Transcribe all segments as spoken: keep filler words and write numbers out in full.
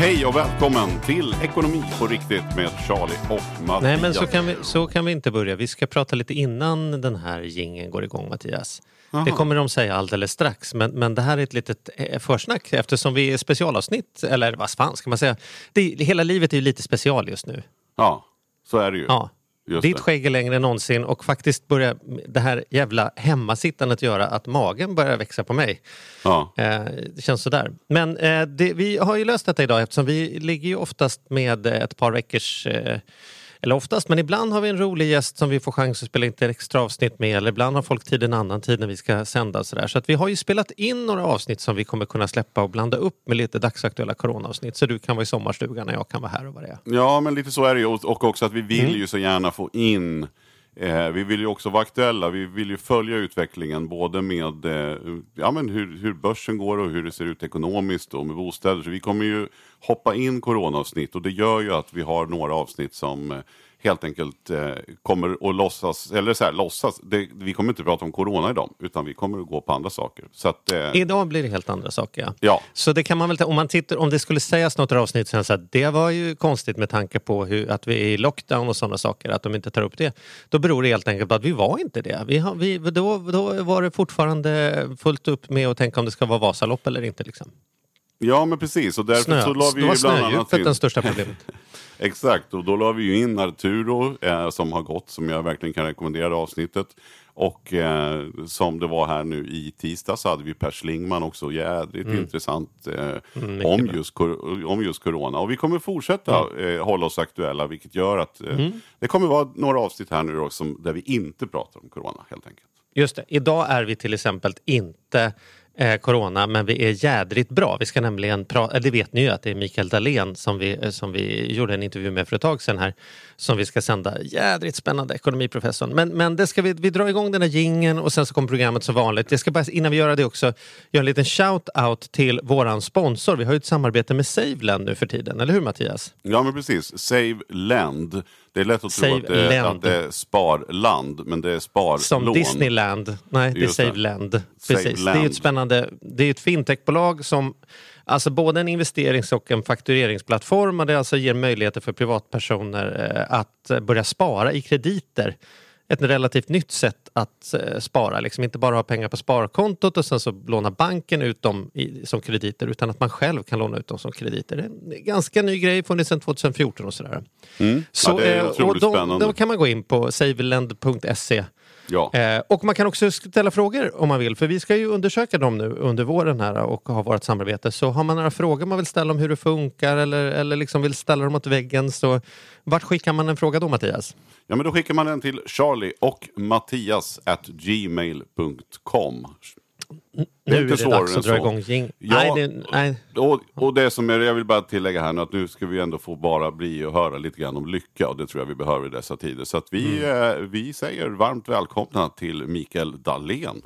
Hej och välkommen till Ekonomi på riktigt med Charlie och Mattias. Nej, men så kan vi, så kan vi inte börja. Vi ska prata lite innan den här jingeln går igång, Mattias. Aha. Det kommer de säga alldeles strax. Men, men det här är ett litet försnack eftersom vi är specialavsnitt. Eller vad fan ska man säga? Det, hela livet är ju lite special just nu. Ja, så är det ju. Ja. Just Ditt det. Skägg är längre än någonsin och faktiskt börjar det här jävla hemmasittandet göra att magen börjar växa på mig. Ja. Eh, det känns sådär. Men eh, det, vi har ju löst detta idag eftersom vi ligger ju oftast med ett par veckors... Eh, eller oftast, men ibland har vi en rolig gäst som vi får chans att spela in ett extra avsnitt med. Eller ibland har folk tid en annan tid när vi ska sända och sådär. Så att vi har ju spelat in några avsnitt som vi kommer kunna släppa och blanda upp med lite dagsaktuella coronaavsnitt. Så du kan vara i sommarstugan när jag kan vara här och vad det är. Ja, men lite så är det ju. Och också att vi vill mm. ju så gärna få in... Eh, vi vill ju också vara aktuella. Vi vill ju följa utvecklingen både med eh, ja, men hur, hur börsen går och hur det ser ut ekonomiskt och med bostäder. Så vi kommer ju hoppa in coronaavsnitt och det gör ju att vi har några avsnitt som eh, helt enkelt eh, kommer att låtsas, eller så här, låtsas. Det, vi kommer inte prata om corona idag utan vi kommer att gå på andra saker. Så att, eh, idag blir det helt andra saker. Ja. ja. Så det kan man väl, om man tittar, om det skulle sägas något avsnitt sen så att det var ju konstigt med tanke på hur, att vi är i lockdown och sådana saker, att de inte tar upp det. Då beror det helt enkelt på att vi var inte det. Vi har, vi, då, då var det fortfarande fullt upp med att tänka om det ska vara Vasalopp eller inte liksom. Ja, men precis. Och därför Snö. så la vi ju bland annat in... den största problemet. Exakt, och då la vi ju in Arturo eh, som har gått, som jag verkligen kan rekommendera avsnittet. Och eh, som det var här nu i tisdag så hade vi Per Schlingman också, jädrigt mm. intressant eh, mm, om, just, om just corona. Och vi kommer fortsätta mm. eh, hålla oss aktuella, vilket gör att eh, mm. det kommer vara några avsnitt här nu då, som, där vi inte pratar om corona helt enkelt. Just det, idag är vi till exempel inte... Eh, corona, men vi är jädrigt bra. Vi ska nämligen prata, det vet ni ju att det är Mikael Dahlén som vi, som vi gjorde en intervju med för ett tag sedan här, som vi ska sända. Jädrigt spännande, ekonomiprofessorn. Men, men det ska vi, vi drar igång den här jingeln och sen så kommer programmet som vanligt. Jag ska bara, innan vi gör det också, göra en liten shout-out till våran sponsor. Vi har ju ett samarbete med SaveLend nu för tiden, eller hur Mattias? Ja, men precis. SaveLend. Det är lätt att Save tro att det, att det är sparland, men det är sparlån. Som Disneyland. Nej, det är SaveLend. Precis. Save det är ett spännande, det är ett fintechbolag som alltså både en investerings- och en faktureringsplattform, och det alltså ger möjligheter för privatpersoner att börja spara i krediter. Ett relativt nytt sätt att eh, spara. Liksom inte bara ha pengar på sparkontot och sen så låna banken ut dem i, som krediter, utan att man själv kan låna ut dem som krediter. Det är en ganska ny grej, funnits sedan tjugohundrafjorton och sådär. Mm. Så, ja, det är eh, och då, då kan man gå in på savelend punkt se. Ja. Eh, och man kan också ställa frågor om man vill, för vi ska ju undersöka dem nu under våren här och ha vårt samarbete. Så har man några frågor man vill ställa om hur det funkar eller, eller liksom vill ställa dem mot väggen, så vart skickar man en fråga då, Mattias? Ja, men då skickar man den till Charlie och Mattias at gmail punkt com. Nu är det dags att dra igång jing. Ja, nej, det, nej. Och, och det som är, jag vill bara tillägga här nu, att nu ska vi ändå få bara bli och höra lite grann om lycka, och det tror jag vi behöver i dessa tider. Så att vi, mm. eh, vi säger varmt välkomna till Mikael Dahlén.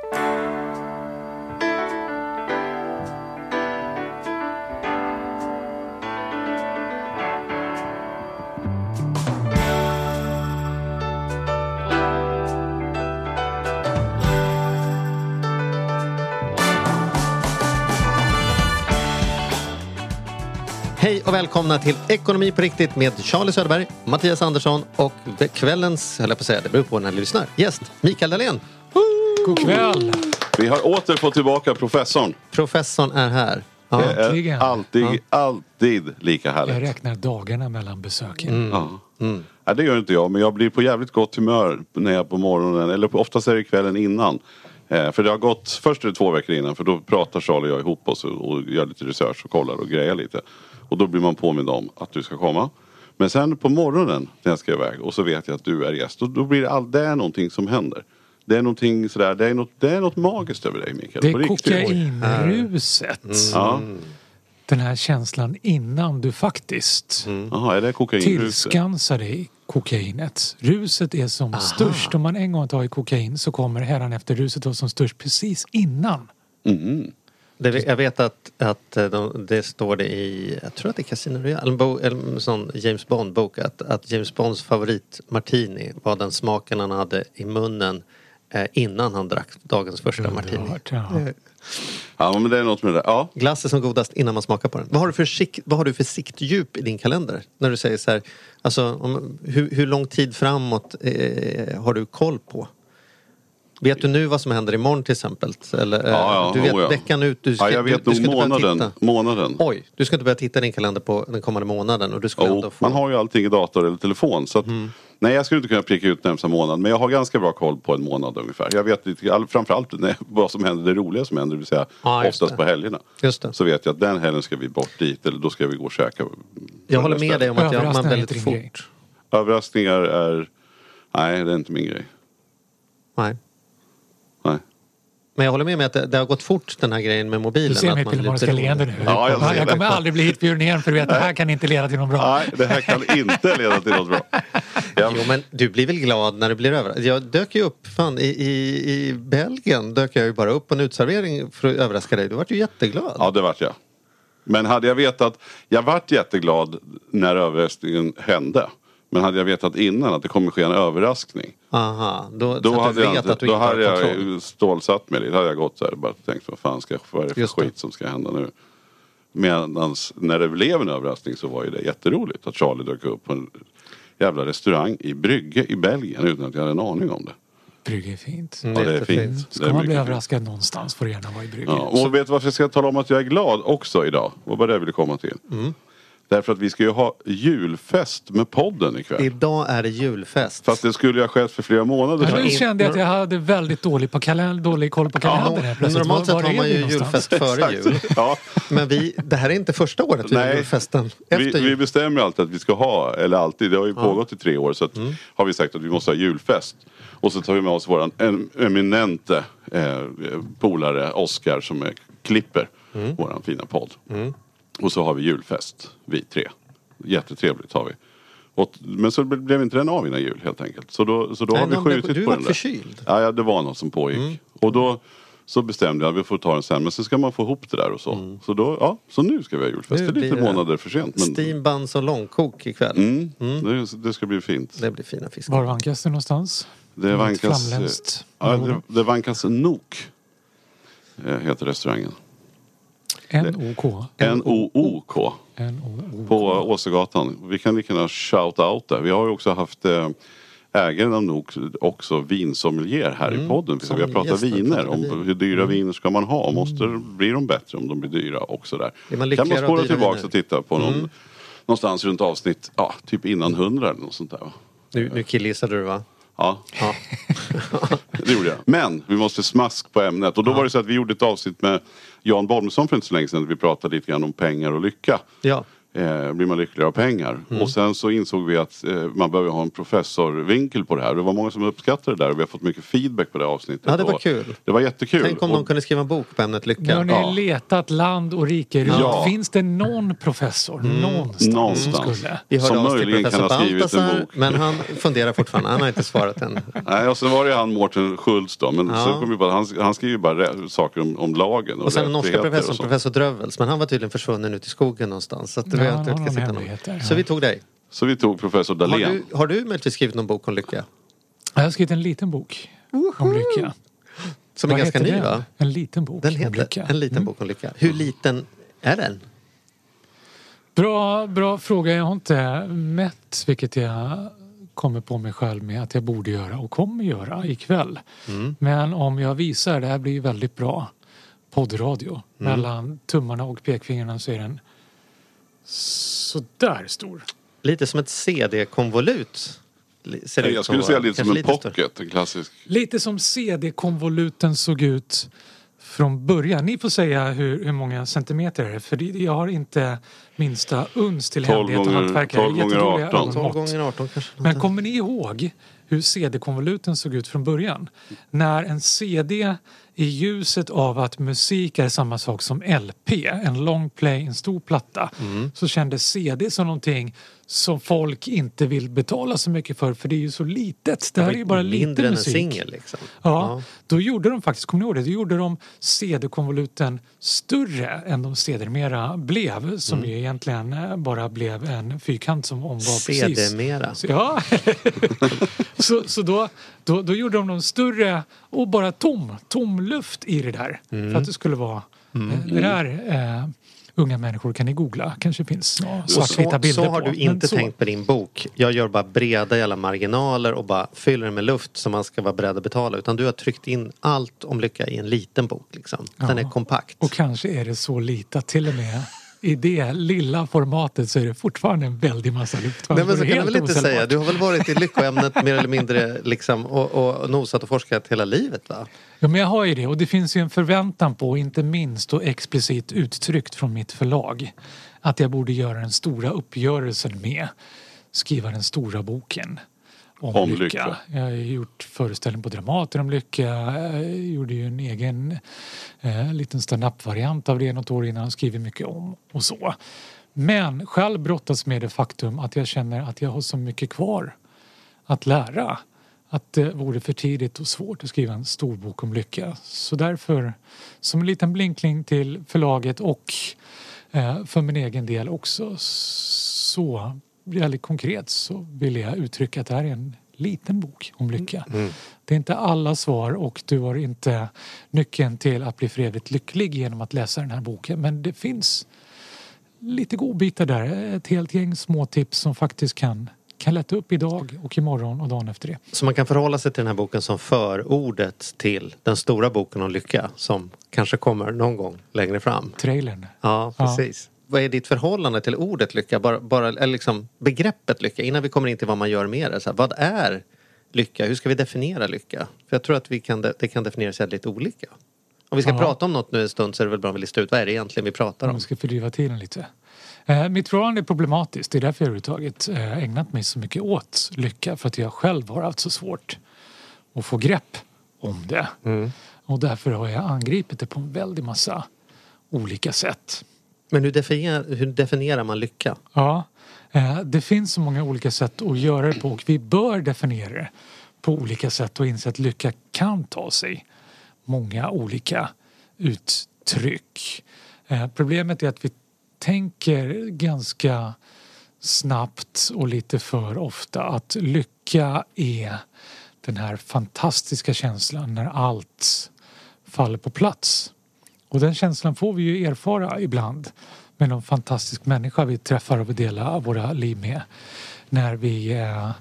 Hej och välkomna till Ekonomi på riktigt med Charlie Söderberg, Mattias Andersson och kvällens, höll jag på att säga, det beror på när du lyssnar, gäst Mikael Dahlén. God kväll! Vi har åter fått tillbaka professorn. Professorn är här. Ja. Det är alltid, ja. alltid lika härligt. Jag räknar dagarna mellan besöken. Mm. Ja. Mm. Ja, det gör inte jag, men jag blir på jävligt gott humör när jag på morgonen, eller oftast är det kvällen innan. Eh, för det har gått, först är det två veckor innan, för då pratar Charlie och jag ihop oss och, och gör lite research och kollar och grejer lite. Och då blir man påmind om att du ska komma. Men sen på morgonen när jag ska iväg och så vet jag att du är gäst, och då blir det, all, det är någonting som händer. Det är någonting sådär, det är något, det är något magiskt över dig, Mikael. Det är kokainruset. Mm. Ja. Den här känslan innan du faktiskt mm. Aha, är det tillskansar dig kokainet. Ruset är som Aha. störst. Om man en gång tar i kokain så kommer hädan efter ruset vara som störst precis innan. Mm. Det, jag vet att, att de, det står det i, jag tror att det är Casino Royale, en, bo, en sån James Bond-bok, att, att James Bonds favorit martini var den smaken han hade i munnen eh, innan han drack dagens första martini. Ja. Ja, men det är något med det. Ja. Glass är som godast innan man smakar på den. Vad har du för, sikt, vad har du för siktdjup i din kalender? När du säger så här, alltså, om, hur, hur lång tid framåt eh, har du koll på? Vet du nu vad som händer imorgon till exempel? Eller, ja, ja, du vet oh, ja. veckan ut. Du ska, ja, jag vet du, du nog månaden, månaden. Oj, du ska inte börja titta i din kalender på den kommande månaden. Och du ska oh, ändå få... Man har ju allting i dator eller telefon. Så att, mm. Nej, jag skulle inte kunna pricka ut närmsta månaden. Men jag har ganska bra koll på en månad ungefär. Jag vet lite, framförallt nej, vad som händer, det roliga som händer. Det vill säga ah, oftast på helgerna. Just det. Så vet jag att den helgen ska vi bort dit. Eller då ska vi gå och käka. Jag håller med dig om att jag, man väldigt fort. Grej. Överraskningar är... Nej, det är inte min grej. Nej. Nej. Men jag håller med mig att det, det har gått fort den här grejen med mobilen. Du ser mig att man pillemorska leende nu. Ja, jag, jag, jag kommer aldrig bli hitbjuden igen för du vet att det här kan inte leda till något bra. Nej, det här kan inte leda till något bra. Ja. Jo, men du blir väl glad när det blir över. Jag dök ju upp, fan, i, i, i Belgien dök jag ju bara upp på en utservering för att överraska dig. Du var ju jätteglad. Ja, det vart jag. Men hade jag vetat, jag vart jätteglad när överraskningen hände. Men hade jag vetat innan att det kommer ske en överraskning. Aha, då, då så hade du jag, vet inte, att du då inte hade har jag kontroll. stålsatt mig lite. Hade jag gått så här och bara tänkt, vad fan ska, vad är det för Just skit det. som ska hända nu? Medan när det blev en överraskning så var ju det jätteroligt att Charlie dök upp på en jävla restaurang i Brygge i Belgien utan att jag hade en aning om det. Brygge är fint. Mm, Ja, det är jättefint. fint. Ska Det är man bli mycket överraskad fint. någonstans får det gärna vara i Brygge. Ja, och vet du varför jag ska tala om att jag är glad också idag? Vad var det jag ville komma till? Mm. Därför att vi ska ju ha julfest med podden ikväll. Idag är det julfest. Fast det skulle jag skett för flera månader Men sedan. nu kände jag att jag hade väldigt dålig, på kalend- dålig koll på kalendern. Ja, plötsligt. normalt sett Var- var har är man vi ju någonstans? julfest före jul. Ja. Men vi, det här är inte första året vi har Nej. julfesten efter Vi, jul. vi bestämmer alltid att vi ska ha, eller alltid, det har ju pågått i tre år så att, Mm. har vi sagt att vi måste ha julfest. Och så tar vi med oss våran em- eminente eh, polare Oskar som är klipper Mm. våran fina podd. Och så har vi julfest, vi tre. Jättetrevligt har vi. Och, men så blev inte den av innan jul helt enkelt. Så då, så då Nej, har vi någon blev- skjutit du på var den där. förkyld. Ja, ja, det var något som pågick. Mm. Och då så bestämde jag att vi får ta den sen. Men sen ska man få ihop det där och så. Så, då, ja, så nu ska vi ha julfest. Nu Det är lite blir det månader för sent. Men, Steambuns och långkok ikväll. mm, Det, det ska bli fint. Det blir fina fiskar. Var vankas det någonstans? Det Något vankas, framländskt. ja, det, det vankas Nok. eh, Heter restaurangen. N O K. N O O K. N O O K. På Åsegatan. Vi kan lika gärna shout out där. Vi har ju också haft eh, ägaren av Nok också vinsommelier här i podden. som Vi har pratat gäster viner. pratar Om vin. hur dyra viner ska man ha. Måste, blir de bättre om de blir dyra också där. Är man Kan man lyckligare av spåra dyra tillbaka viner? och titta på någon, någonstans runt avsnitt, ja, typ innan hundra eller något sånt där. Va? Nu, nu killgissade du va? Ja, Ja. det gjorde jag. Men vi måste smask på ämnet. Och då var det så att vi gjorde ett avsnitt med Jan Bolmesson för inte så länge sedan. Vi pratade lite grann om pengar och lycka. Ja. Eh, blir man lyckligare av pengar. Mm. Och sen så insåg vi att eh, man behöver ha en professorvinkel på det här. Det var många som uppskattade det där och vi har fått mycket feedback på det avsnittet. Ja, det var Och kul. Det var jättekul. Tänk om och, någon kunde skriva en bok på ämnet Nu lycka. har ni Ja. letat land och rike runt. Ja. Finns det någon professor någonstans, Någonstans. som skulle? Vi hörde som av oss till möjligen kan professor ha skrivit en Baltasar, bok. men han funderar fortfarande. Han har inte svarat än. Nej, och sen var det han Mårten Schultz då. Men Ja. så kom vi på att han, han skriver bara rä- saker om, om lagen. Och, Och sen den norska rättigheter professorn, och sånt. professor Drövels. Men han var tydligen försvunnen ut i skogen någonstans. Så att det Ja, var han inte har riktigt någon hitta någon. hemlighet där, ja. Så vi tog dig. Så vi tog professor Har Dahlén. du, har du möjligtvis skrivit någon bok om lycka? Jag har skrivit en liten bok om lycka. Som är Vad ganska heter ny den? va? En liten bok Den om heter lycka. En liten Mm. bok om lycka. Hur liten är den? Bra, bra fråga. Jag har inte mätt, vilket jag kommer på mig själv med att jag borde göra och kommer göra ikväll. Mm. Men om jag visar, det här blir väldigt bra poddradio. Mm. Mellan tummarna och pekfingrarna så är den sådär stor. Lite som ett C D-konvolut. Li- Ser det ut Jag som skulle att säga vara. lite som Kanske en lite större. pocket. En klassisk. Lite som C D-konvoluten såg ut från början. Ni får säga hur, hur många centimeter det är. För det- jag har inte minsta uns till tolv hemlighet och gånger- hantverkare. tolv gånger Jättedåliga arton. ögonmått. tolv gånger arton kanske. Men kommer ni ihåg hur C D-konvoluten såg ut från början? När en C D i ljuset av att musik är samma sak som L P, en long play, en stor platta, så kändes C D som någonting som folk inte vill betala så mycket för, för det är ju så litet. Det här är ju bara Mindre lite än en musik. singel liksom. Ja, då gjorde de faktiskt, kommer ni ihåg det? Då gjorde de C D-konvoluten större än de sedermera blev. Som ju egentligen eh, bara blev en fyrkant som omgav precis. Sedermera. Så, ja. Så, så då, då, då gjorde de någon större och bara tom, tom luft i det där. Mm. För att det skulle vara mm. eh, det där eh, unga människor kan ni googla. Kanske finns några svartvita bilder på. Så har du inte så. tänkt på din bok. Jag gör bara breda jävla marginaler och bara fyller den med luft som man ska vara beredd att betala. Utan du har tryckt in allt om lycka i en liten bok. Liksom. Den ja. är kompakt. Och kanske är det så lite till och med i det lilla formatet så är det fortfarande en väldig massa luft. Nej, men så kan jag väl inte säga. Du har väl varit i lyckoämnet mer eller mindre liksom, och, och nosat och forskat hela livet, va? Ja, men jag har ju det. Och det finns ju en förväntan på, inte minst och explicit uttryckt från mitt förlag, att jag borde göra den stora uppgörelsen med skriva den stora boken om, om lycka. lycka. Jag har gjort föreställning på Dramaten om lycka. Jag gjorde ju en egen eh, liten stand-up-variant av det något år innan. Jag skriver mycket om och så. Men själv brottas med det faktum att jag känner att jag har så mycket kvar att lära. Att det vore för tidigt och svårt att skriva en stor bok om lycka. Så därför, som en liten blinkning till förlaget och eh, för min egen del också, så väldigt konkret så vill jag uttrycka att det här är en liten bok om lycka. Mm. Det är inte alla svar och du har inte nyckeln till att bli för evigt lycklig genom att läsa den här boken. Men det finns lite godbitar där. Ett helt gäng små tips som faktiskt kan, kan lätta upp idag och imorgon och dagen efter det. Så man kan förhålla sig till den här boken som förordet till den stora boken om lycka som kanske kommer någon gång längre fram. Trailern. Ja, precis. Ja. Vad är ditt förhållande till ordet lycka? Bara, bara eller liksom begreppet lycka. Innan vi kommer in till vad man gör med det. Så här, vad är lycka? Hur ska vi definiera lycka? För jag tror att vi kan, det kan definieras lite olika. Om vi ska Aha. prata om något nu en stund så är det väl bra att vi listar ut. Vad är det egentligen vi pratar om? Vi ska fördriva tiden lite. Eh, mitt förhållande är problematiskt. Det är därför jag överhuvudtaget eh, ägnat mig så mycket åt lycka. För att jag själv har haft så svårt att få grepp om det. Mm. Och därför har jag angripit det på en väldig massa olika sätt. Men hur definierar, hur definierar man lycka? Ja, eh, det finns så många olika sätt att göra det på och vi bör definiera det på olika sätt och inse att lycka kan ta sig många olika uttryck. Eh, problemet är att vi tänker ganska snabbt och lite för ofta att lycka är den här fantastiska känslan när allt faller på plats. Och den känslan får vi ju erfara ibland med någon fantastisk människa vi träffar och vi delar våra liv med. När vi eh,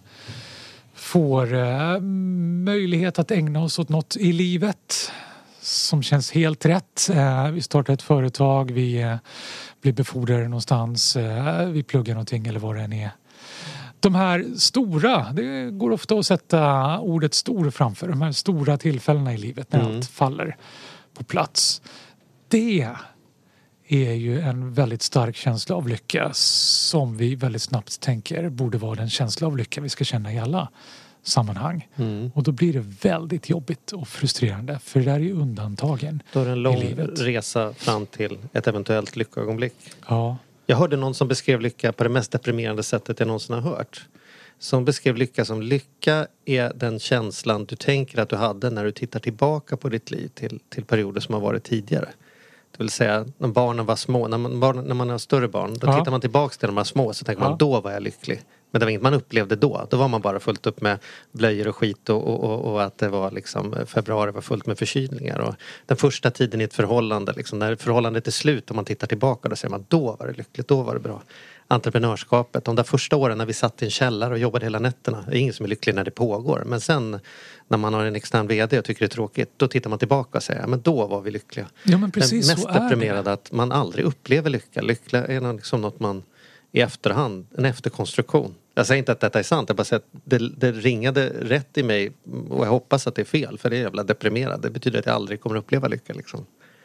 får eh, möjlighet att ägna oss åt något i livet som känns helt rätt. Eh, vi startar ett företag, vi eh, blir befordrade någonstans, eh, vi pluggar någonting eller vad det än är. De här stora, det går ofta att sätta ordet stor framför. De här stora tillfällena i livet när mm. allt faller på plats. Det är ju en väldigt stark känsla av lycka som vi väldigt snabbt tänker borde vara den känsla av lycka vi ska känna i alla sammanhang. Mm. Och då blir det väldigt jobbigt och frustrerande för det där är ju undantagen. Då är det en lång resa fram till ett eventuellt lyckoögonblick. Ja. Jag hörde någon som beskrev lycka på det mest deprimerande sättet jag någonsin har hört. Som beskrev lycka som lycka är den känslan du tänker att du hade när du tittar tillbaka på ditt liv till, till perioder som har varit tidigare. Det vill säga när barnen var små, när man, barn, när man har större barn, då ja. tittar man tillbaka till när man var små så tänker ja. man då var jag lycklig. Men det var inget man upplevde då. Då var man bara fullt upp med blöjor och skit och, och, och, och att det var liksom februari var fullt med förkylningar. Och den första tiden i ett förhållande, liksom, när förhållandet är slut och man tittar tillbaka då säger man då var det lyckligt, då var det bra. Entreprenörskapet, de där första åren när vi satt i en källare och jobbade hela nätterna, det är ingen som är lycklig när det pågår. Men sen när man har en extern vd och tycker det är tråkigt, då tittar man tillbaka och säger, men då var vi lyckliga. Ja, men precis, den mest deprimerade att man aldrig upplever lycka. Lycka är liksom något man i efterhand, en efterkonstruktion. Jag säger inte att detta är sant, jag bara säger att det, det ringade rätt i mig och jag hoppas att det är fel, för det är jävla deprimerad. Det betyder att jag aldrig kommer uppleva lycka liksom.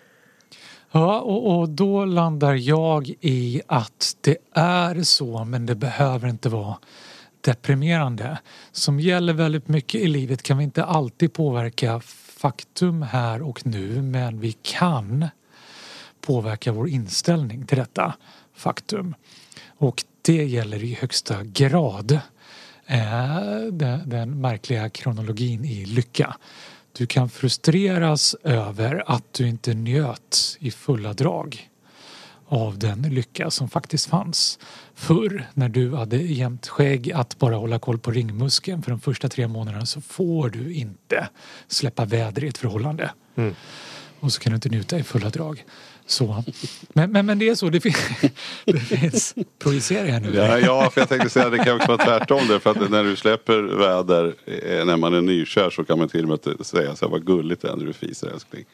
Ja, och, och då landar jag i att det är så, men det behöver inte vara deprimerande. Som gäller väldigt mycket i livet kan vi inte alltid påverka faktum här och nu, men vi kan påverka vår inställning till detta faktum. Och det gäller i högsta grad eh, den, den märkliga kronologin i lycka. Du kan frustreras över att du inte njöt i fulla drag av den lycka som faktiskt fanns förr när du hade jämnt skägg att bara hålla koll på ringmuskeln för de första tre månaderna så får du inte släppa väder i ett förhållande. Mm. Och så kan du inte njuta i fulla drag. Så. Men, men, men det är så, det finns, det finns projiceringar nu. Ja, ja, för jag tänkte säga att det kan också vara tvärtom det, för att när du släpper väder när man är nykär så kan man till och med säga så här, vad gulligt det är när du fiser, älskling.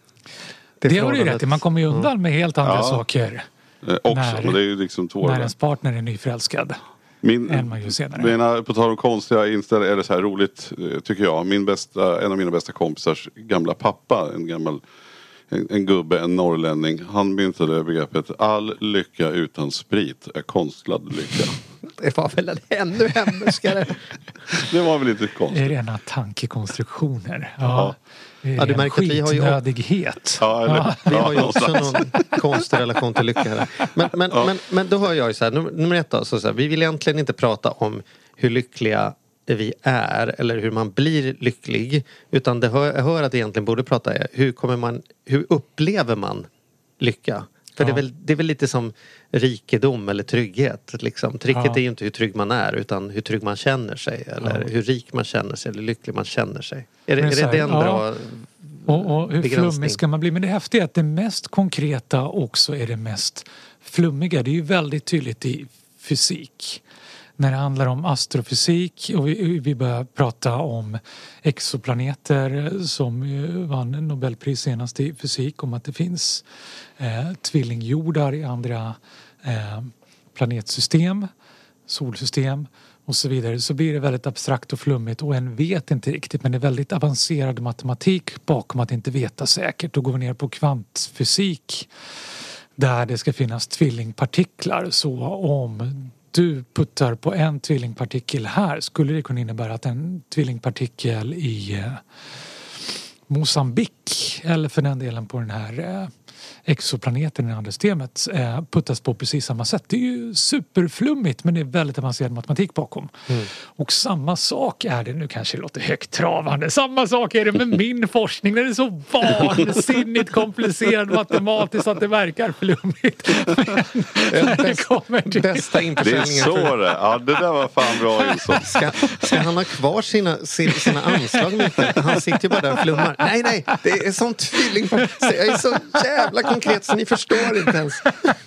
Det, det har du rätt i, man kommer ju undan mm. med helt andra ja. saker. Eh, också, när, men det är ju liksom två när ens partner är nyförälskad. Min, än man ju senare. Mina, på tal om konstiga inställningar är det så här roligt tycker jag. Min bästa, en av mina bästa kompisars gamla pappa, en gammal en, en gubbe, en norrlänning, han myntade begreppet all lycka utan sprit är konstlad lycka. Det var väl en ännu hemskare. Det var väl inte konstigt. Det är rena tankekonstruktioner. Ja. Det är ja, du märker att vi har ju skitnödighet. Ja, eller, ja. Vi har ju också någon konstig relation till lycka här. Men, men, ja. men, men då hör jag ju så här, nummer ett då, så så här, vi vill egentligen inte prata om hur lyckliga vi är eller hur man blir lycklig, utan det hör, jag hör att vi egentligen borde prata är hur kommer man, hur upplever man lycka? För ja. det, är väl, det är väl lite som rikedom eller trygghet. Liksom. Tricket ja. är ju inte hur trygg man är utan hur trygg man känner sig. Eller ja. hur rik man känner sig eller lycklig man känner sig. Är det, är det, det en ja. bra och, och hur flummig ska man bli? Men det häftiga är att det mest konkreta också är det mest flummiga. Det är ju väldigt tydligt i fysik. När det handlar om astrofysik och vi, vi börjar prata om exoplaneter som vann Nobelpris senast i fysik, om att det finns eh, tvillingjordar i andra eh, planetsystem, solsystem och så vidare, så blir det väldigt abstrakt och flummigt och en vet inte riktigt, men det är väldigt avancerad matematik bakom att inte veta säkert. Då går vi ner på kvantfysik där det ska finnas tvillingpartiklar, så om du puttar på en tvillingpartikel här skulle det kunna innebära att en tvillingpartikel i eh, Mosambik eller för den delen på den här eh, exoplaneten i det andra systemet eh, puttas på precis samma sätt. Det är ju superflummigt men det är väldigt avancerad matematik bakom. Mm. Och samma sak är det, nu kanske det låter högtravande, samma sak är det med min forskning. Den är så vansinnigt komplicerad matematiskt att det verkar flummigt. Men det bäst, kommer till... Bästa införsäljningen. Det är så det. Ja, det där var fan bra insåg. Ska, ska han ha kvar sina, sina anslag lite? Han sitter ju bara där och flummar. Nej, nej, det är som tvilling. Jag är så jävla konkret så ni förstår inte ens.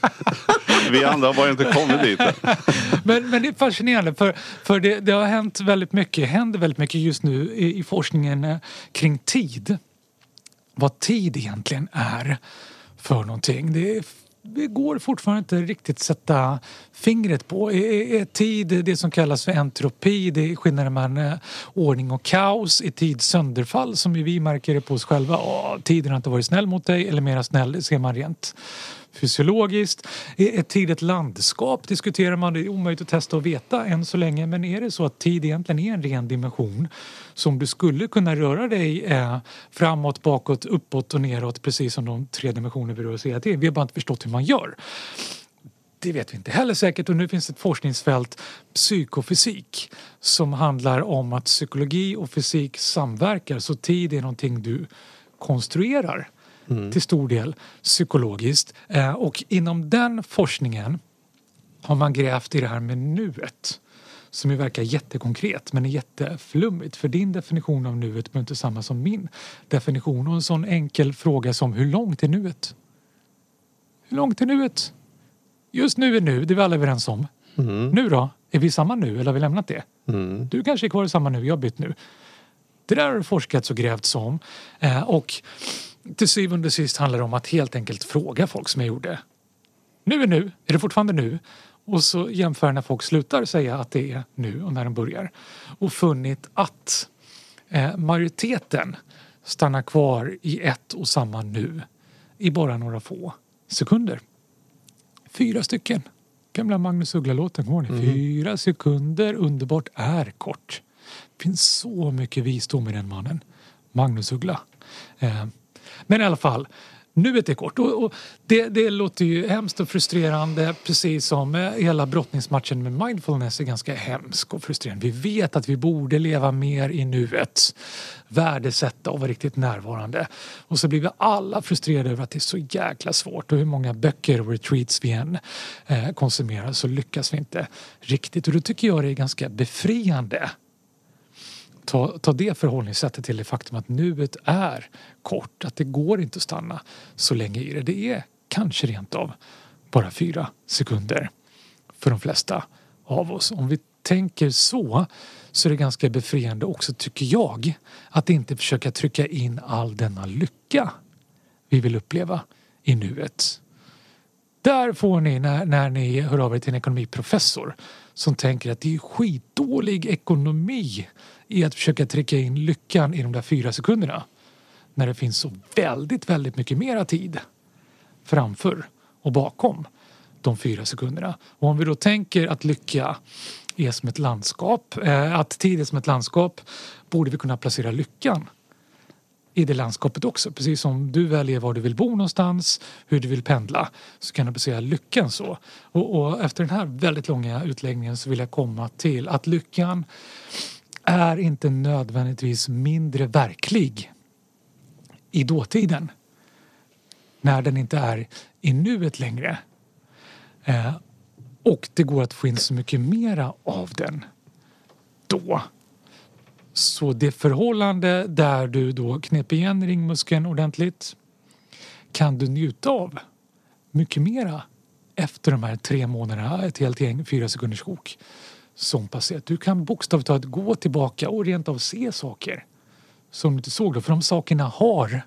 Vi andra har bara inte kommit dit. Men, men det är fascinerande för, för det, det har hänt väldigt mycket, händer väldigt mycket just nu i, i forskningen kring tid. Vad tid egentligen är för någonting. Det är Det går fortfarande inte riktigt sätta fingret på. Är, är tid det som kallas för entropi? Det är skillnaden mellan ordning och kaos. Är tid sönderfall som vi märker det på oss själva? Åh, tiden har inte varit snäll mot dig eller mera snäll, det ser man rent fysiologiskt. Är tid ett landskap? Diskuterar man. Det är omöjligt att testa och veta än så länge. Men är det så att tid egentligen är en ren dimension som du skulle kunna röra dig eh, framåt, bakåt, uppåt och neråt precis som de tre dimensioner vi rör oss hela tiden. Vi har bara inte förstått hur man gör. Det vet vi inte heller säkert och nu finns ett forskningsfält, psykofysik, som handlar om att psykologi och fysik samverkar. Så tid är någonting du konstruerar. Mm. Till stor del psykologiskt. Eh, och inom den forskningen har man grävt i det här med nuet. Som ju verkar jättekonkret men är jätteflummigt. För din definition av nuet är inte samma som min definition. Och en sån enkel fråga som hur långt är nuet? Hur långt är nuet? Just nu är nu, det är vi alla överens om. Mm. Nu då? Är vi samma nu eller har vi lämnat det? Mm. Du kanske är kvar i samma nu, jag har bytt nu. Det där har forskats och grävts om. Eh, och till syvende och sist handlar det om att helt enkelt fråga folk som jag gjorde. Nu är nu, är det fortfarande nu? Och så jämför när folk slutar säga att det är nu och när de börjar. Och funnit att eh, majoriteten stannar kvar i ett och samma nu. I bara några få sekunder. Fyra stycken. Gamla Magnus Uggla-låten, kommer ni? Mm. Fyra sekunder, underbart är kort. Det finns så mycket visdom i den mannen. Magnus Uggla. Eh, Men i alla fall, Nuet är kort och, och det, det låter ju hemskt och frustrerande, precis som hela brottningsmatchen med mindfulness är ganska hemsk och frustrerande. Vi vet att vi borde leva mer i nuet, värdesätta och vara riktigt närvarande. Och så blir vi alla frustrerade över att det är så jäkla svårt och hur många böcker och retreats vi än eh, konsumerar så lyckas vi inte riktigt. Och då tycker jag det är ganska befriande. Ta, ta det förhållningssättet till det faktum att nuet är kort. Att det går inte att stanna så länge i det. Det är kanske rent av bara fyra sekunder för de flesta av oss. Om vi tänker så så är det ganska befriande också, tycker jag, att inte försöka trycka in all denna lycka vi vill uppleva i nuet. Där får ni, när, när ni hör av er till en ekonomiprofessor som tänker att det är skitdålig ekonomi i att försöka trycka in lyckan i de där fyra sekunderna. När det finns så väldigt, väldigt mycket mera tid framför och bakom de fyra sekunderna. Och om vi då tänker att lycka är som ett landskap, eh, att tid är som ett landskap, borde vi kunna placera lyckan i det landskapet också. Precis som du väljer var du vill bo någonstans, hur du vill pendla, så kan du placera lyckan så. Och, och efter den här väldigt långa utläggningen så vill jag komma till att lyckan är inte nödvändigtvis mindre verklig i dåtiden. När den inte är i nuet längre. Eh, och det går att få in så mycket mera av den då. Så det förhållande där du då knep igen ringmuskeln ordentligt kan du njuta av mycket mera efter de här tre månaderna, ett helt gäng fyra sekunders sjok som passerat. Du kan bokstavligt talat gå tillbaka och rent av se saker som du inte såg då. För de sakerna har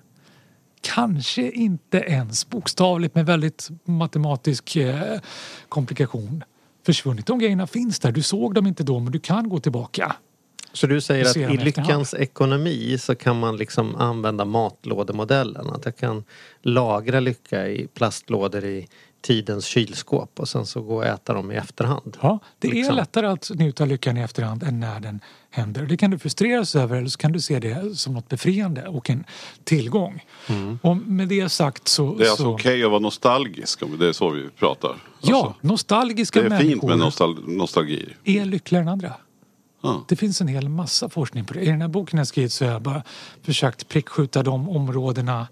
kanske inte ens bokstavligt med väldigt matematisk eh, komplikation försvunnit. De grejerna finns där. Du såg dem inte då, men du kan gå tillbaka. Så du säger att i lyckans ekonomi så kan man liksom använda matlådemodellen. Att jag kan lagra lycka i plastlådor i tidens kylskåp och sen så gå och äta dem i efterhand. Ja, det liksom. är lättare att njuta lyckan i efterhand än när den händer. Det kan du frustreras över eller så kan du se det som något befriande och en tillgång. Mm. Och med det sagt så... Det är alltså så... okej okay att vara nostalgisk, om det är så vi pratar. Ja, alltså, nostalgiska människor... Det är fint med nostal- nostalgi. ...är lyckligare än andra. Ah. Det finns en hel massa forskning på det. I den här boken jag skrivit så har jag bara försökt prickskjuta de områdena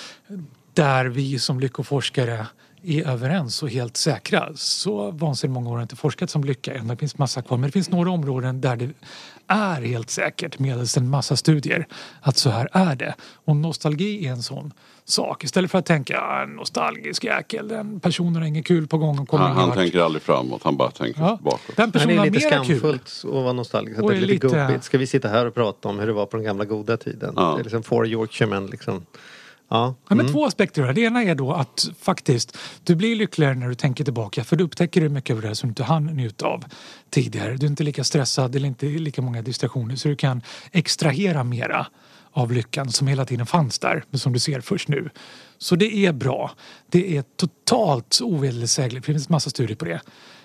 där vi som lyckoforskare är överens och helt säkra. Så vansinnigt många år har inte forskat som lycka än. Det finns massa kvar. Men det finns några områden där det är helt säkert medelst en massa studier att så här är det. Och nostalgi är en sån sak. Istället för att tänka ah, nostalgisk jäkel, den personen har inget kul på gång. Och kommer ja, han vart. tänker aldrig framåt, han bara tänker ja, bakåt. Den personen det är har lite mera skamfullt kul. att vara nostalgisk. Och det är lite, lite lite... gubbigt. Ska vi sitta här och prata om hur det var på den gamla goda tiden? Ja. Det är liksom four Yorkshiremen liksom. Ja. Ja, men Mm. två aspekter. Det ena är då att faktiskt du blir lyckligare när du tänker tillbaka. För du upptäcker du mycket av det som du inte hann njuta av tidigare. Du är inte lika stressad eller inte lika många distraktioner. Så du kan extrahera mera av lyckan som hela tiden fanns där. Men som du ser först nu. Så det är bra. Det är totalt ovedersägligt. Det finns massa studier på det.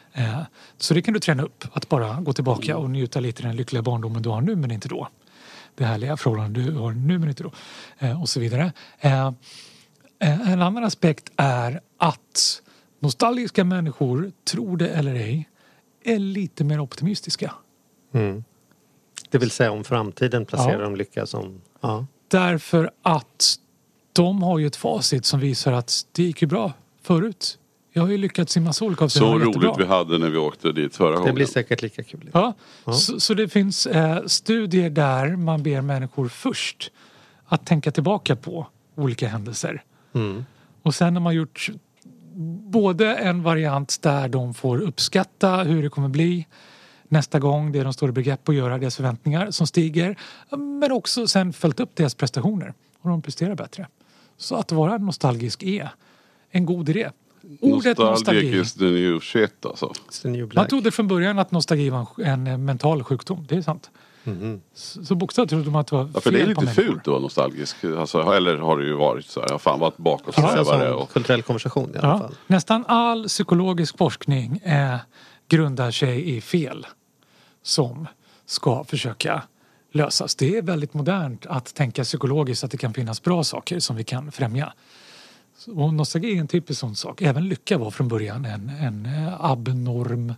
Så det kan du träna upp. Att bara gå tillbaka och njuta lite av den lyckliga barndomen du har nu men inte då. Det härliga förhållanden du har nu men inte då. Eh, och så vidare. Eh, en annan aspekt är att nostalgiska människor, tror det eller ej, är lite mer optimistiska. Mm. Det vill säga om framtiden placerar ja. de lycka som... Ja. Därför att de har ju ett facit som visar att det gick ju bra förut. Jag har ju lyckats i massa olika avseenden. Så roligt vi hade när vi åkte dit förra gången. Det blir säkert lika kul. Ja, ja. Så, så det finns eh, studier där man ber människor först att tänka tillbaka på olika händelser. Mm. Och sen har man gjort både en variant där de får uppskatta hur det kommer bli nästa gång, det de står i begrepp att göra, deras förväntningar som stiger. Men också sen följt upp deras prestationer och de presterar bättre. Så att vara nostalgisk är en god idé. Ordet nostalgi. Is the new shit alltså. Man trodde från början att nostalgi var en, en mental sjukdom. Det är sant. Mm-hmm. Så, så bokstavligt trodde man att det var fel ja, för det är lite på människor. fult att vara nostalgisk. Alltså, eller har det ju varit så här. Jag har fan varit bakåtsträvare. Ja, och... kulturell konversation i alla ja. fall. Nästan all psykologisk forskning är, grundar sig i fel som ska försöka lösas. Det är väldigt modernt att tänka psykologiskt att det kan finnas bra saker som vi kan främja. Och nostalgi är en typisk sån sak. Även lycka var från början en, en abnorm...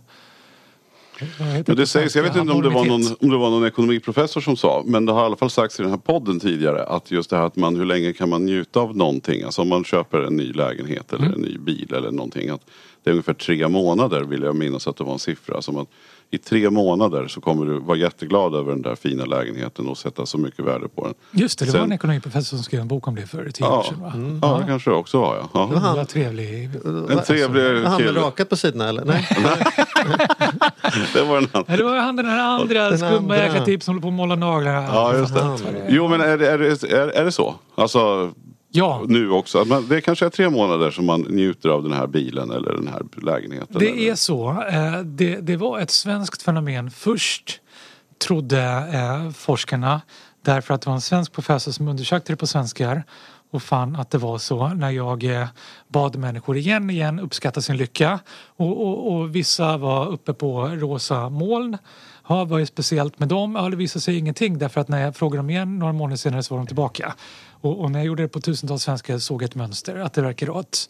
Men det sägs, jag vet inte om det, var någon, om det var någon ekonomiprofessor som sa, men det har i alla fall sagts i den här podden tidigare att just det här att man, hur länge kan man njuta av någonting, alltså om man köper en ny lägenhet eller mm. en ny bil eller någonting, att det är ungefär tre månader vill jag minnas att det var en siffra, som att i tre månader så kommer du vara jätteglad över den där fina lägenheten och sätta så mycket värde på den. Just det, det Sen, var en ekonomiprofessor som skrev en bok om det för tio ja, år sedan, va? Mm. Ja, det kanske det också var, ja. ja. Det var en trevlig... En trevlig var han med rakat på sidorna, eller? Nej. Det var den andra. Ja, det var han den här andra den skumma andra. Jäkla typ som håller på att måla naglarna. Ja, just det. Jo, men är det, är det, är, är det så? Alltså... Ja. Nu också. Det kanske är tre månader som man njuter av den här bilen eller den här lägenheten. Det eller? är så. Det, det var ett svenskt fenomen. Först trodde forskarna, därför att det var en svensk professor som undersökte det på svenskar och fann att det var så när jag bad människor igen igen uppskatta sin lycka. Och, och, och vissa var uppe på rosa moln. Ja, vad är speciellt med dem? Ja, det visade sig ingenting, därför att när jag frågade dem igen några månader senare så var de tillbaka. Och, och när jag gjorde det på tusentals svenskar såg jag ett mönster, att det verkar vara ett,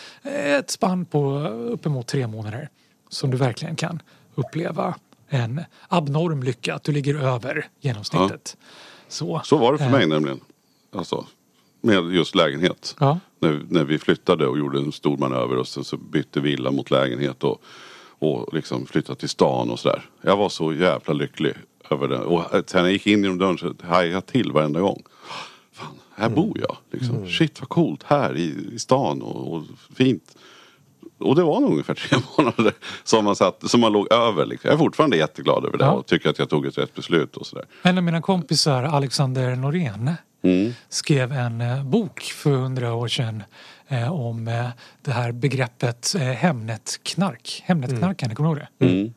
ett spann på uppemot tre månader som du verkligen kan uppleva en abnorm lycka, att du ligger över genomsnittet. Ja. Så, så var det för äh, mig nämligen. Alltså, med just lägenhet. Ja. När, när vi flyttade och gjorde en stor manöver och så, så bytte villa mot lägenhet och och liksom flyttat till stan och sådär. Jag var så jävla lycklig över det. Och sen jag gick in i de dörren så hajade jag till varenda gång. Fan, här mm. bor jag. Liksom. Mm. Shit vad coolt här i, i stan och, och fint. Och det var nog ungefär tre månader som man, satt, som man låg över. Liksom. Jag är fortfarande jätteglad över det ja. Och tycker att jag tog ett rätt beslut och sådär. En av mina kompisar, Alexander Norén, mm. skrev en eh, bok för hundra år sedan eh, om eh, det här begreppet eh, Hemnetknark. Hemnetknarkande, mm. kommer du ihåg det? Mm.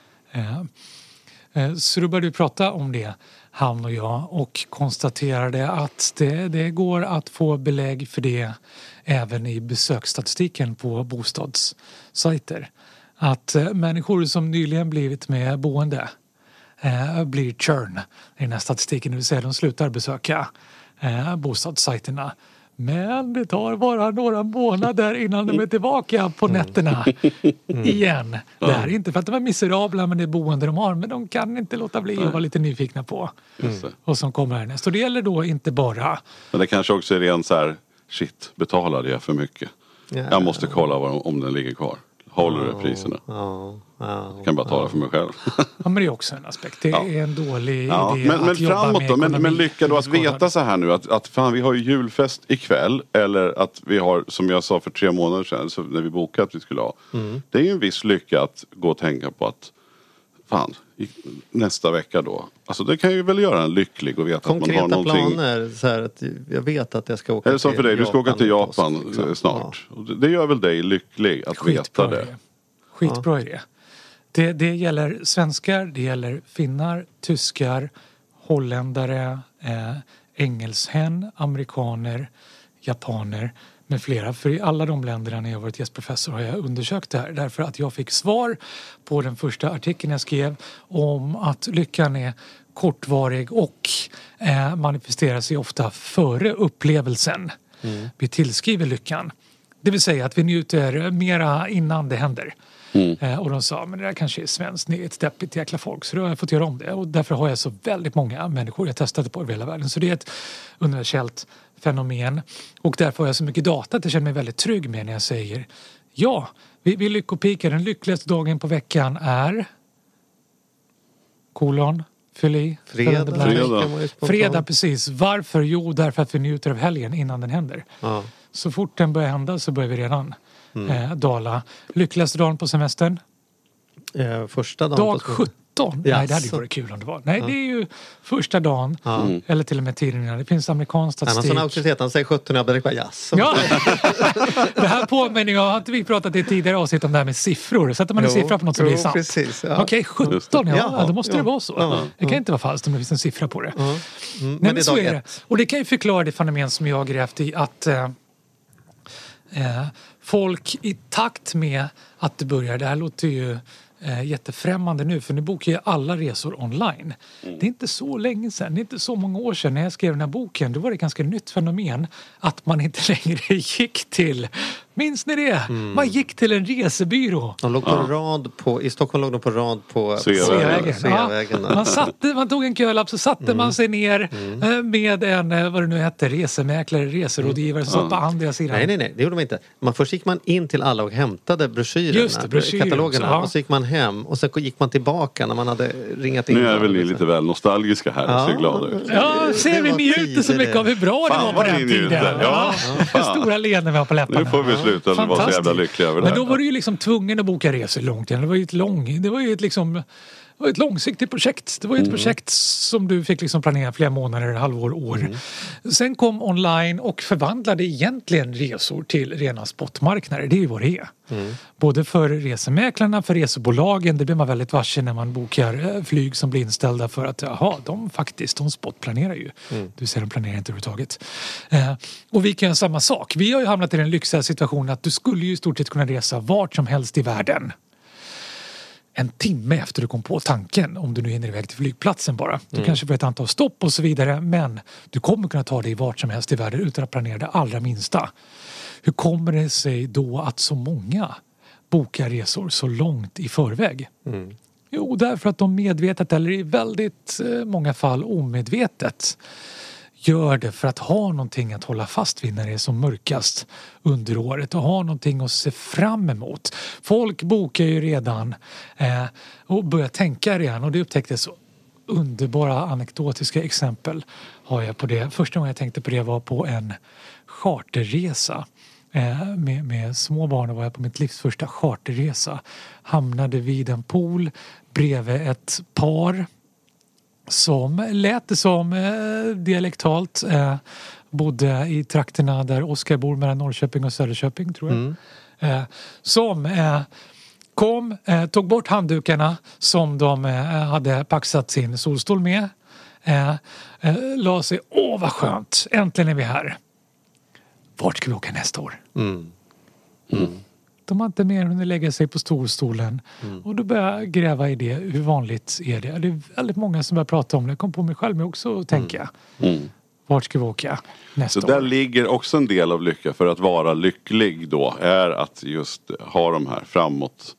Eh, eh, så då började vi prata om det, han och jag, och konstaterade att det, det går att få belägg för det även i besöksstatistiken på bostadssajter. Att eh, människor som nyligen blivit med boende eh, blir churn i den här statistiken, det vill säga de slutar besöka eh, bostadssajterna. Men det tar bara några månader innan de är tillbaka på nätterna mm. igen. Det här är inte för att de är miserabla med det boende de har, men de kan inte låta bli att vara lite nyfikna på. Mm. Och som kommer härnäst. Och det gäller då inte bara... Men det kanske också är rent så här, shit, betalade jag för mycket? Ja. Jag måste kolla vad, om den ligger kvar. Håller det priserna? Ja. Ja. Jag kan bara tala för mig själv. Ja, men det är också en aspekt. Det är ja. en dålig ja. idé men, men att jobba framåt med då, men, men lycka då att skadad. veta så här nu att, att fan, vi har ju julfest ikväll, eller att vi har, som jag sa för tre månader sedan så när vi bokade att vi skulle ha. Mm. Det är ju en viss lycka att gå och tänka på att fan, i, nästa vecka då. Alltså det kan ju väl göra en lycklig och veta konkreta att man har någonting. Planer, så här att jag vet att jag ska åka eller som för dig, till du ska åka till Japan påsk, liksom. snart. Ja. Det, det gör väl dig lycklig att Skitbra veta det. Idé. Skitbra idé. Det, det gäller svenskar, det gäller finnar, tyskar, holländare, eh, engelsmän, amerikaner, japaner med flera. För i alla de länderna när jag varit gästprofessor har jag undersökt det här. Därför att jag fick svar på den första artikeln jag skrev om att lyckan är kortvarig och eh, manifesterar sig ofta före upplevelsen. Mm. Vi tillskriver lyckan. Det vill säga att vi njuter mera innan det händer. Mm. Eh, och de sa, men det där kanske är svenskt, ni är ett deppigt jäkla folk, så då har jag fått göra om det. Och därför har jag så väldigt många människor jag testade på över hela världen. Så det är ett universellt fenomen. Och därför har jag så mycket data att jag känner mig väldigt trygg med när jag säger ja, vi, vi lyckopikar. Den lyckligaste dagen på veckan är kolon, fyll i. Fredag. Fredag. Fredag, precis. Varför? Jo, därför att vi njuter av helgen innan den händer. Ja. Så fort den börjar hända så börjar vi redan mm. eh, dala. Lyckligaste dagen på semestern? Eh, första dagen. Dag på sjutton. Yes. Nej, det hade ju varit kul om det var. Nej, ja. Det är ju första dagen. Mm. Eller till och med tiden innan. Det finns amerikansk statistik. Han har sån auktoritet. Han säger sjutton och jag börjar yes. Ja. Det här påminner jag. Har inte vi pratat i tidigare avsnitt om det här med siffror? Sätter man en jo, siffra på något som jo, blir sant? Precis, ja. Okej, okay, sjutton. Ja, ja, då måste ja. det vara så. Ja. Det kan inte vara falskt om det finns en siffra på det. Mm. Mm. Nej, men, men det är så är det. Och det kan ju förklara det fenomen som jag har grävt i att eh, Eh, folk i takt med att det börjar, det här låter ju eh, jättefrämmande nu, för nu bokar ju alla resor online. Mm. Det är inte så länge sedan, det är inte så många år sedan när jag skrev den här boken, då var det ett ganska nytt fenomen att man inte längre gick till, minns ni det? Mm. Man gick till en resebyrå. De låg på ja. rad på, i Stockholm låg de på rad på Sveavägen. Ja. Man, satte, man tog en kölapp, så satte mm. man sig ner mm. med en, vad det nu hette, resemäklare, reserådgivare som mm. satt på andra sidan. Nej, nej, nej, det gjorde man inte. Man, först gick man in till alla och hämtade broschyrerna, Just det, broschyrer, katalogerna, ja. och så gick man hem och sen gick man tillbaka när man hade ringat in. Nu är väl ni lite väl nostalgiska här, ja. ser glada ut. Ja, ser vi njuter så mycket av hur bra Fan, det var på den tiden. Ja. Ja. Stora leenden vi har på läpparna. Nu får vi sluta ja. vara så jävla lyckliga över det. Men då var du ju liksom tvungen att boka resor långt igen. Det var ju ett lång, det var ju ett liksom det var ett långsiktigt projekt. Det var ju ett mm. projekt som du fick liksom planera flera månader, halvår, år. Mm. Sen kom online och förvandlade egentligen resor till rena spotmarknader. Det är ju vad det är. Mm. Både för resemäklarna, för resebolagen. Det blir man väldigt varse när man bokar flyg som blir inställda för att jaha, de faktiskt, de spotplanerar ju. Mm. Du ser, de planerar inte överhuvudtaget. Eh, och vi kan göra samma sak. Vi har ju hamnat i den lyxiga situationen att du skulle ju i stort sett kunna resa vart som helst i världen. En timme efter du kom på tanken, om du nu hinner iväg till flygplatsen bara. Du mm. kanske får ett antal stopp och så vidare, men du kommer kunna ta dig vart som helst i världen utan att planera det allra minsta. Hur kommer det sig då att så många bokar resor så långt i förväg? Mm. Jo, därför att de medvetet, eller i väldigt många fall omedvetet, gör det för att ha någonting att hålla fast vid när det är som mörkast under året och ha någonting att se fram emot. Folk bokar ju redan eh, och börjar tänka redan, och det upptäcktes så underbara anekdotiska exempel har jag på det. Första gången jag tänkte på det var på en charterresa. Eh, med, med små barn var jag på mitt livs första charterresa. Hamnade vid en pool bredvid ett par som lät det som eh, dialektalt eh, bodde i trakterna där Oskar bor, mellan Norrköping och Söderköping, tror jag. Mm. Eh, som eh, kom, eh, tog bort handdukarna som de eh, hade paxat sin solstol med. Eh, eh, la sig, åh vad skönt, äntligen är vi här. Vart ska vi åka nästa år? Mm. Mm. De har inte mer hunnit lägga sig på storstolen. Mm. Och då börjar jag gräva i det. Hur vanligt är det? Det är väldigt många som börjar prata om det. Jag kom på mig själv med också att tänka. Mm. Mm. Vart ska vi åka nästa Så år? där ligger också en del av lycka. För att vara lycklig då är att just ha de här framåt.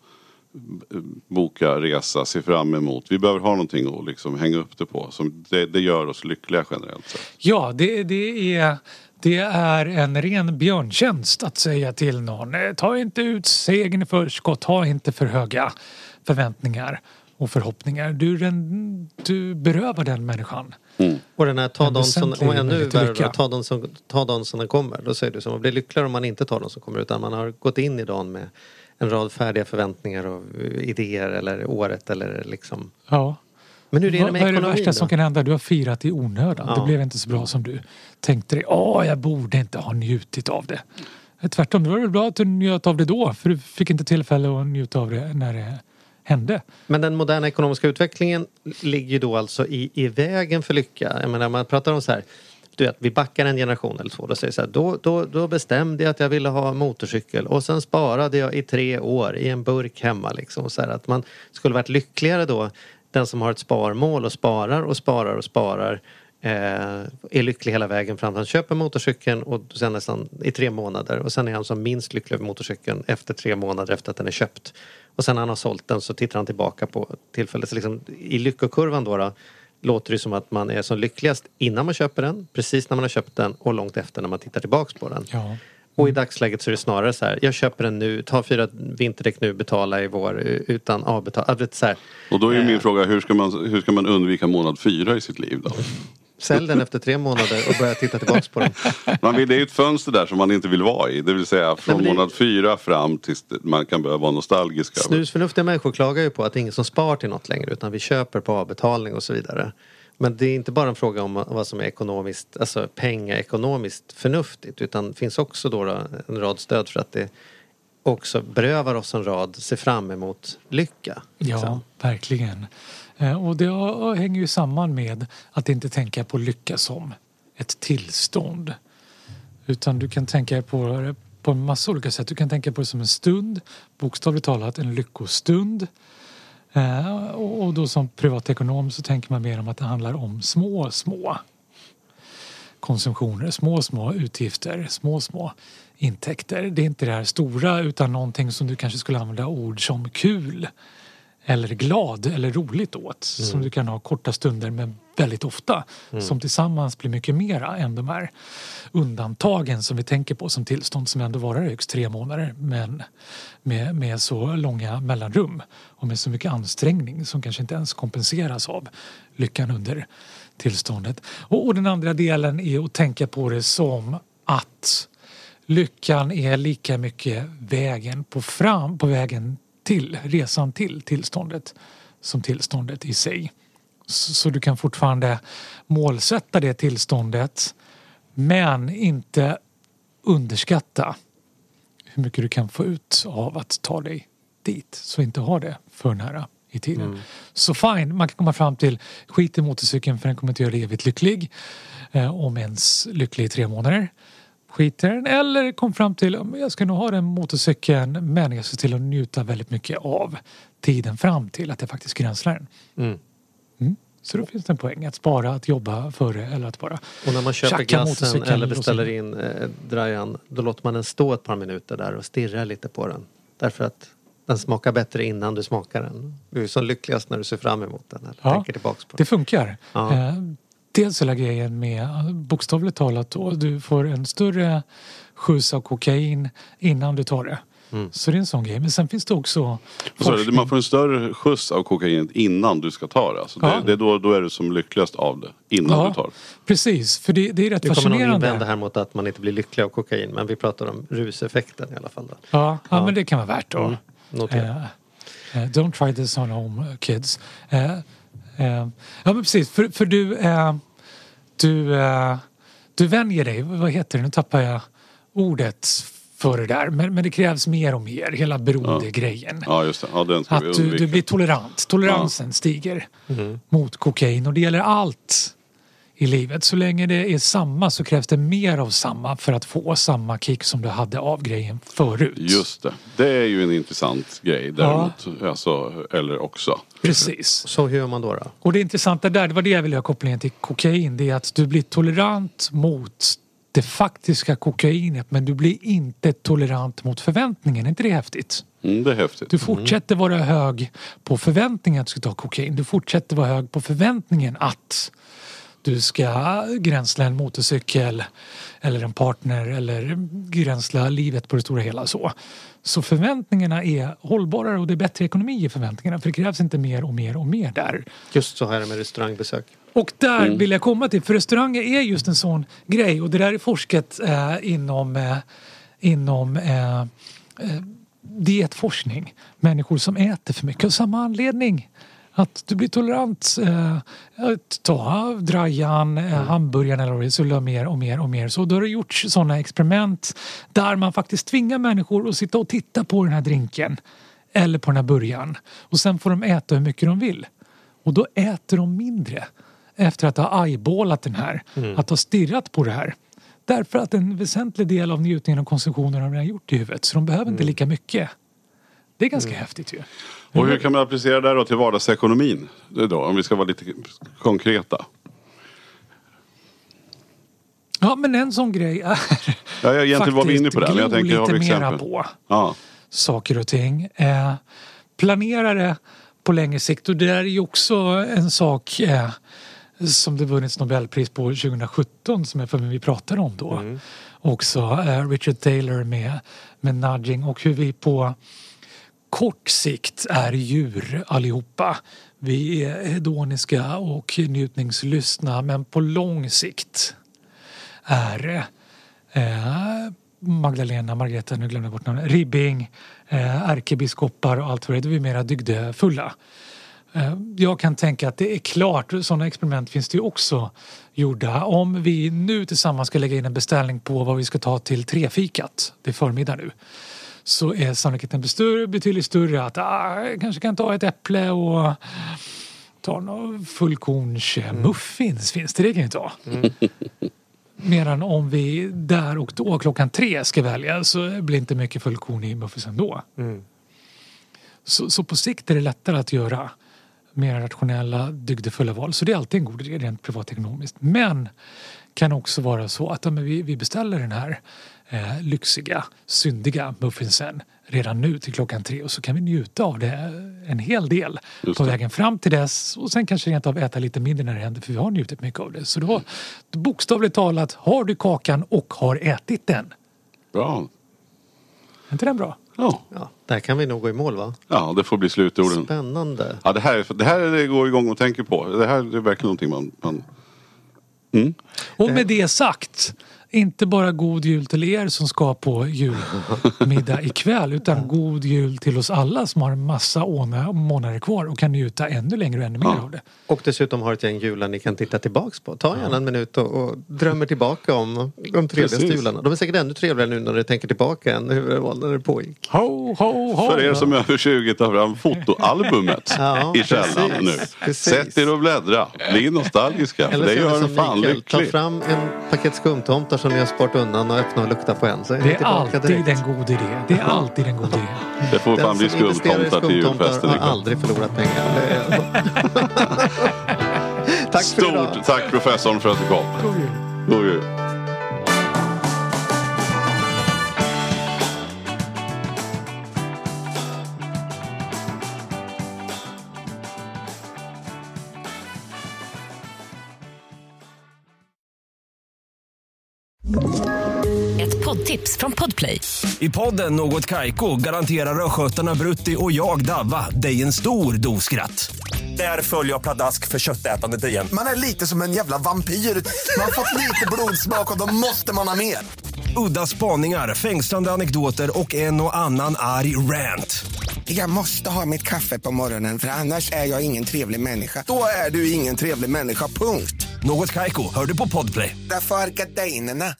Boka, resa, se fram emot. Vi behöver ha någonting att liksom hänga upp det på. Som det, det gör oss lyckliga generellt sett. Ja, det, det är... Det är en ren björntjänst att säga till någon, ta inte ut segern i förskott, ha inte för höga förväntningar och förhoppningar. Du, den, du berövar den människan. Mm. Och den här ta dem som, och ännu värre, ta dem som, ta dem som den kommer. Då säger du som man blir lyckligare om man inte tar dem som kommer, utan man har gått in i dagen med en rad färdiga förväntningar och idéer eller året eller liksom... Ja. Men hur är det med Vad är det ekonomin värsta då? som kan hända? Du har firat i onödan. Ja. Det blev inte så bra som du tänkte dig. Åh, jag borde inte ha njutit av det. Tvärtom, det var väl bra att du njöt av det då. För du fick inte tillfälle att njuta av det när det hände. Men den moderna ekonomiska utvecklingen ligger ju då alltså i, i vägen för lycka. Jag menar, man pratar om så här... Du vet, vi backar en generation eller två och säger så här, då, då, då bestämde jag att jag ville ha motorcykel och sen sparade jag i tre år i en burk hemma liksom, så här, att man skulle varit lyckligare då, den som har ett sparmål och sparar och sparar och sparar eh, är lycklig hela vägen fram till han köper motorcykeln och sen nästan i tre månader och sen är han som minst lycklig över motorcykeln efter tre månader efter att den är köpt och sen när han har sålt den så tittar han tillbaka på tillfället, så liksom, i lyckokurvan då, då låter det som att man är som lyckligast innan man köper den, precis när man har köpt den och långt efter när man tittar tillbaks på den. Ja. Och i dagsläget så är det snarare så här, jag köper den nu, tar fyra vinterdäck nu, betala i vår utan avbetal. Så här, och då är ju min eh, fråga, hur ska, man, hur ska man undvika månad fyra i sitt liv då? Sälj den efter tre månader och börja titta tillbaks på den. Man vill, det är ju ett fönster där som man inte vill vara i. Det vill säga från Nej, det... månad fyra fram tills man kan börja vara nostalgisk. Snusförnuftiga människor klagar ju på att det är ingen som spar till något längre utan vi köper på avbetalning och så vidare. Men det är inte bara en fråga om vad som är ekonomiskt, alltså pengaekonomiskt förnuftigt, utan det finns också då en rad stöd för att det också berövar oss en rad se fram emot lycka. Liksom. Ja, verkligen. Och det hänger ju samman med att inte tänka på lycka som ett tillstånd. Utan du kan tänka på det på en massa olika sätt. Du kan tänka på det som en stund, bokstavligt talat en lyckostund. Eh, och, och då som privatekonom så tänker man mer om att det handlar om små, små konsumtioner, små, små utgifter, små, små intäkter. Det är inte det här stora utan någonting som du kanske skulle använda ord som kul eller glad eller roligt åt. Mm. Som du kan ha korta stunder men väldigt ofta. Mm. Som tillsammans blir mycket mera än de här undantagen som vi tänker på som tillstånd som ändå varar högst tre månader. Men med, med så långa mellanrum och med så mycket ansträngning som kanske inte ens kompenseras av lyckan under tillståndet. Och, och den andra delen är att tänka på det som att lyckan är lika mycket vägen på fram, på vägen till, resan till tillståndet som tillståndet i sig. Så, så du kan fortfarande målsätta det tillståndet men inte underskatta hur mycket du kan få ut av att ta dig dit. Så inte ha det för nära i tiden. Mm. Så fine, man kan komma fram till skit i motorcykeln för den kommer inte göra dig evigt lycklig. Eh, om ens lycklig i tre månader. Skiter den. Eller kom fram till jag ska nog ha den motorcykeln men jag ska till att njuta väldigt mycket av tiden fram till att jag faktiskt gränslar den. Mm. Mm. Så då finns det en poäng att spara, att jobba före eller att bara och när man köper glassen eller beställer in eh, drajan då låter man den stå ett par minuter där och stirra lite på den. Därför att den smakar bättre innan du smakar den. Du är så lyckligast när du ser fram emot den. Eller ja, tänker tillbaka på den. Det funkar. Ja. Eh, dels hela grejen med bokstavligt talat då, du får en större skjuts av kokain innan du tar det. Mm. Så det är en sån grej. Men sen finns det också så man får en större skjuts av kokain innan du ska ta det. Alltså ja. det, det är då, då är du som lyckligast av det. Innan ja, du tar det. Precis, för det, det är rätt nu fascinerande. Nu kommer någon invända här mot att man inte blir lycklig av kokain. Men vi pratar om ruseffekten i alla fall. Då. Ja, ja, ja, men det kan vara värt då. Mm. Uh, uh, don't try this on home, kids. Uh, uh, ja, men precis. För, för du, uh, du, uh, du vänjer dig. Vad heter det? Nu tappar jag ordet för det där. Men, men det krävs mer och mer. Hela beroende-grejen. Ja, just det. Ja, den ska att vi du, du blir tolerant. Toleransen ja. stiger mm. mot kokain. Och det gäller allt i livet. Så länge det är samma så krävs det mer av samma för att få samma kick som du hade av grejen förut. Just det. Det är ju en intressant grej däremot. Ja. Alltså, eller också. Precis. Så hur gör man då, då? Och det intressanta där, det var det jag ville ha kopplingen till kokain. Det är att du blir tolerant mot det faktiska kokainet men du blir inte tolerant mot förväntningen. Är inte det häftigt? Mm, det är häftigt. Du fortsätter vara hög på förväntningen att du ska ta kokain. Du fortsätter vara hög på förväntningen att du ska gränsla en motorcykel eller en partner eller gränsla livet på det stora hela så. Så förväntningarna är hållbarare och det är bättre ekonomi i förväntningarna för det krävs inte mer och mer och mer där. Just så här med restaurangbesök. Och där mm. vill jag komma till, för restauranger är just en sån grej och det där är forskat eh, inom, eh, inom eh, eh, dietforskning. Människor som äter för mycket av samma anledning. Att du blir tolerant eh, att ta drajan, eh, mm. hamburgaren eller vad det är, så lär mer och mer och mer. Så då har det gjorts sådana experiment där man faktiskt tvingar människor att sitta och titta på den här drinken eller på den här burgaren. Och sen får de äta hur mycket de vill. Och då äter de mindre efter att ha eyeballat den här. Mm. Att ha stirrat på det här. Därför att en väsentlig del av njutningen och konsumtionen har de gjort i huvudet. Så de behöver mm. inte lika mycket. Det är ganska mm. häftigt ju. Och hur kan man applicera det då till vardagsekonomin? Då, om vi ska vara lite konkreta. Ja, men en sån grej är ja, jag egentligen var vi inne på det. Men jag tänker lite ha mera på ja. saker och ting. Eh, planerare på längre sikt. Och det är ju också en sak eh, som det vunnits Nobelpris på tjugohundrasjutton som jag för mig vi pratade om då. Mm. Också eh, Richard Taylor med, med nudging och hur vi på kort sikt är djur allihopa. Vi är hedoniska och njutningslystna men på lång sikt är eh, Magdalena, Margareta, nu glömde jag bort namnet, Ribbing, eh, ärkebiskopar och allt vad det är. Vi är mera dygdefulla. Eh, jag kan tänka att det är klart, sådana experiment finns det ju också gjorda. Om vi nu tillsammans ska lägga in en beställning på vad vi ska ta till trefikat, det är förmiddag nu, så är sannolikheten större, betydligt större att ah, jag kanske kan ta ett äpple och ta några fullkorns mm. muffins finns det, det kan jag ta. Mm. Medan om vi där och då klockan tre ska välja så blir inte mycket fullkorn i muffinsen då. Mm. Så, så på sikt är det lättare att göra mer rationella, dygdefulla val. Så det är alltid en god idé rent privatekonomiskt. Men kan också vara så att ja, men vi, vi beställer den här eh, lyxiga, syndiga muffinsen redan nu till klockan tre och så kan vi njuta av det en hel del på vägen fram till dess och sen kanske rent av äta lite mindre när det händer för vi har njutit mycket av det. Så då, bokstavligt talat, har du kakan och har ätit den. Bra. Är inte den bra? Ja. ja. Där kan vi nog gå i mål, va? Ja, det får bli slutorden. Spännande. Ja, det här, det här det går igång och tänker på. Det här är verkligen någonting man... man... Mm. Och med det sagt, inte bara god jul till er som ska på julmiddag ikväll utan god jul till oss alla som har en massa åna, månader kvar och kan njuta ännu längre och ännu mer ja. av det. Och dessutom har ett gäng jular ni kan titta tillbaks på. Ta gärna en minut och, och drömmer tillbaka om de trevligaste jularna. De är säkert ännu trevligare nu när du tänker tillbaka än hur det var när det pågick. Ho, ho, ho. För er som är över tjugo tar fram fotoalbumet ja, i källaren nu. Precis. Sätt er och bläddra. Bli nostalgiska. Eller det gör en fan Mikael, lycklig. ta fram en paket skumtomtar som ni har sparat undan och öppna och lukta på en. Så är det är alltid direkt. den goda idé. Det är alltid den goda idé. Det får fan bli skumtomtar till julfesten. har aldrig förlorat pengar. Tack för Stort idag. tack professorn för att du kom. God jul. God jul. Ett poddtips från Podplay. I podden Något Kaiko garanterar röskötarna Brutti och jag Davva dig en stor dos skratt. Där följer jag pladask för köttätandet igen. Man är lite som en jävla vampyr. Man har fått lite blodsmak och då måste man ha mer. Udda spaningar, fängslande anekdoter och en och annan arg rant. Jag måste ha mitt kaffe på morgonen för annars är jag ingen trevlig människa. Då är du ingen trevlig människa, punkt. Något Kaiko, hör du på Podplay. Därför är gardinerna.